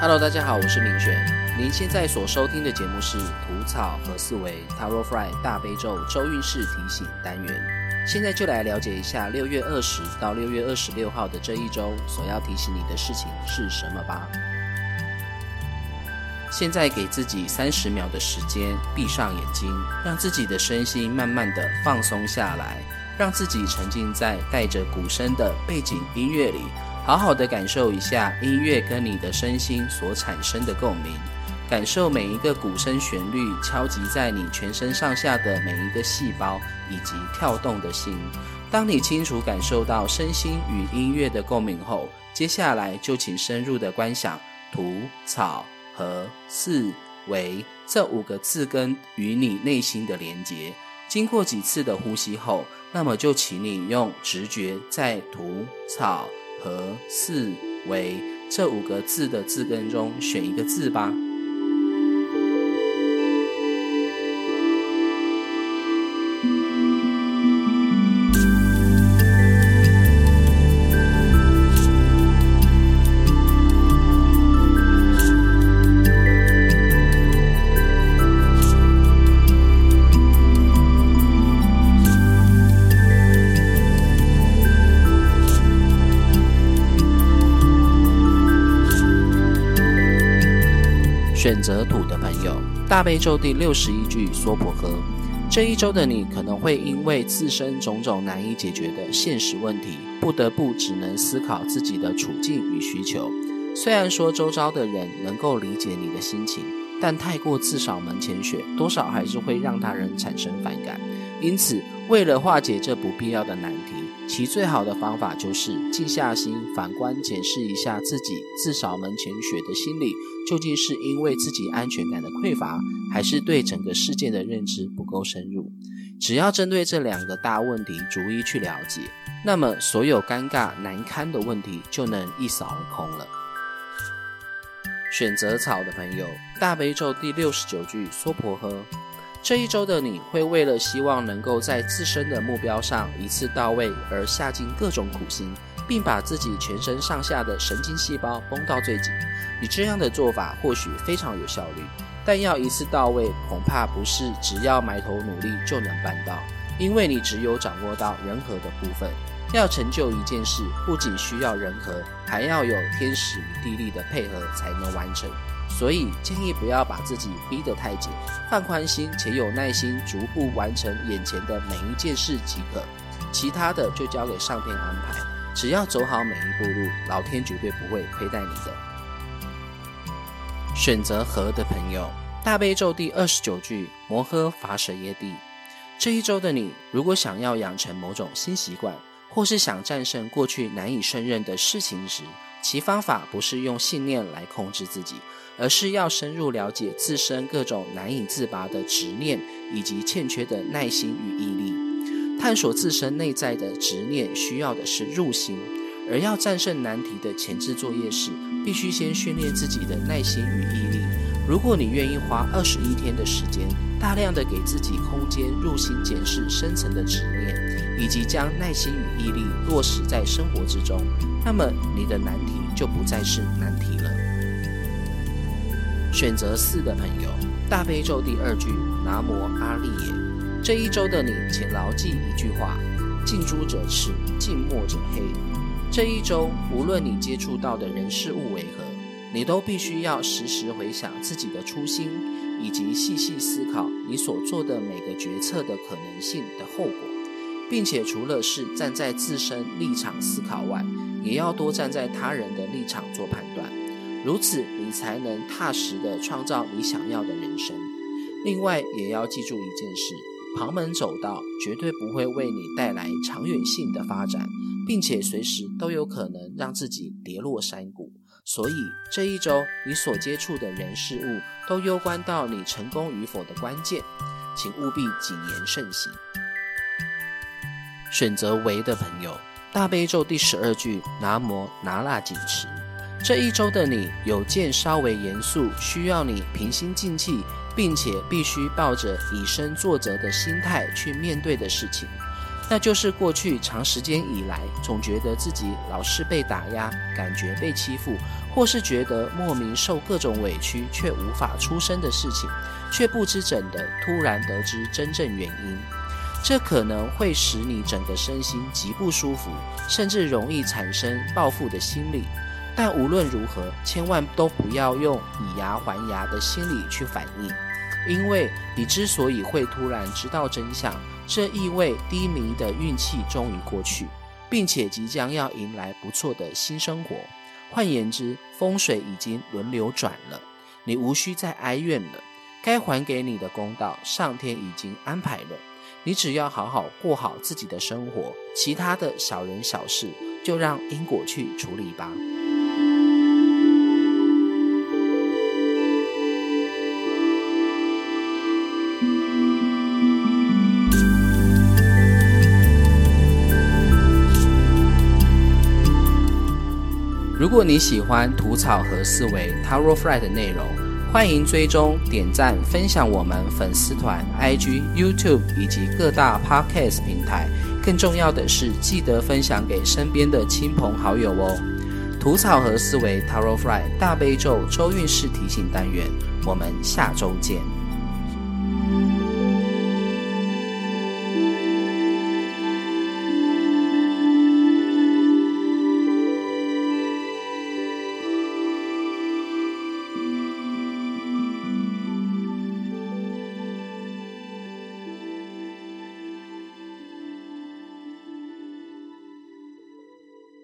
Hello， 大家好，我是明璇。您现在所收听的节目是吐草和思维 Tarot Fry 大悲咒周运势提醒单元。现在就来了解一下6月20到6月26号的这一周所要提醒你的事情是什么吧。现在给自己30秒的时间，闭上眼睛，让自己的身心慢慢的放松下来，让自己沉浸在带着鼓声的背景音乐里，好好的感受一下音乐跟你的身心所产生的共鸣，感受每一个鼓声旋律敲击在你全身上下的每一个细胞以及跳动的心。当你清楚感受到身心与音乐的共鸣后，接下来就请深入的观想吐、草、和、四、为这5个字根与你内心的连结。经过几次的呼吸后，那么就请你用直觉在吐、草、和、四、为这5个字的字根中选一个字吧。选择土的朋友，大悲咒第61句娑婆诃。这一周的你可能会因为自身种种难以解决的现实问题，不得不只能思考自己的处境与需求。虽然说周遭的人能够理解你的心情，但太过自扫门前雪，多少还是会让他人产生反感。因此，为了化解这不必要的难题，其最好的方法就是静下心，反观检视一下自己自扫门前雪的心理，究竟是因为自己安全感的匮乏，还是对整个事件的认知不够深入。只要针对这2个大问题逐一去了解，那么所有尴尬难堪的问题就能一扫而空了。选择草的朋友，大悲咒第69句娑婆诃。这一周的你会为了希望能够在自身的目标上一次到位而下尽各种苦心，并把自己全身上下的神经细胞绷到最紧。你这样的做法或许非常有效率，但要一次到位恐怕不是只要埋头努力就能办到，因为你只有掌握到人和的部分。要成就一件事，不仅需要人和，还要有天时与地利的配合才能完成。所以建议不要把自己逼得太紧，放宽心且有耐心，逐步完成眼前的每一件事即可，其他的就交给上天安排。只要走好每一步路，老天绝对不会亏待你的。选择和的朋友，大悲咒第29句摩诃伐舍耶帝。这一周的你，如果想要养成某种新习惯，或是想战胜过去难以胜任的事情时，其方法不是用信念来控制自己，而是要深入了解自身各种难以自拔的执念，以及欠缺的耐心与毅力。探索自身内在的执念需要的是入心，而要战胜难题的前置作业是必须先训练自己的耐心与毅力。如果你愿意花21天的时间，大量的给自己空间入心检视深层的执念，以及将耐心与毅力落实在生活之中，那么你的难题就不再是难题了。选择4的朋友，大悲咒第2句南无阿利耶。这一周的你，请牢记一句话：近朱者赤，近墨者黑。这一周无论你接触到的人事物为何，你都必须要时时回想自己的初心，以及细细思考你所做的每个决策的可能性的后果，并且除了是站在自身立场思考外，也要多站在他人的立场做判断，如此你才能踏实地创造你想要的人生。另外也要记住一件事，旁门走道绝对不会为你带来长远性的发展，并且随时都有可能让自己跌落山谷。所以这一周你所接触的人事物都攸关到你成功与否的关键，请务必谨言慎行。选择为的朋友，大悲咒第12句南无那拉紧持。这一周的你有件稍微严肃，需要你平心静气，并且必须抱着以身作则的心态去面对的事情， 那就是过去长时间以来总觉得自己老是被打压，感觉被欺负，或是觉得莫名受各种委屈却无法出声的事情，却不知怎的突然得知真正原因。这可能会使你整个身心极不舒服，甚至容易产生报复的心理。但无论如何，千万都不要用以牙还牙的心理去反应，因为你之所以会突然知道真相，这意味低迷的运气终于过去，并且即将要迎来不错的新生活。换言之，风水已经轮流转了，你无需再哀怨了，该还给你的公道，上天已经安排了。你只要好好过好自己的生活，其他的小人小事就让因果去处理吧。如果你喜欢吐草和思维 Tarot Fry 的内容，欢迎追踪、点赞、分享我们粉丝团、IG、YouTube 以及各大 Podcast 平台。更重要的是，记得分享给身边的亲朋好友哦。吐草和思维 Tarot Fry 大悲咒周运势提醒单元，我们下周见。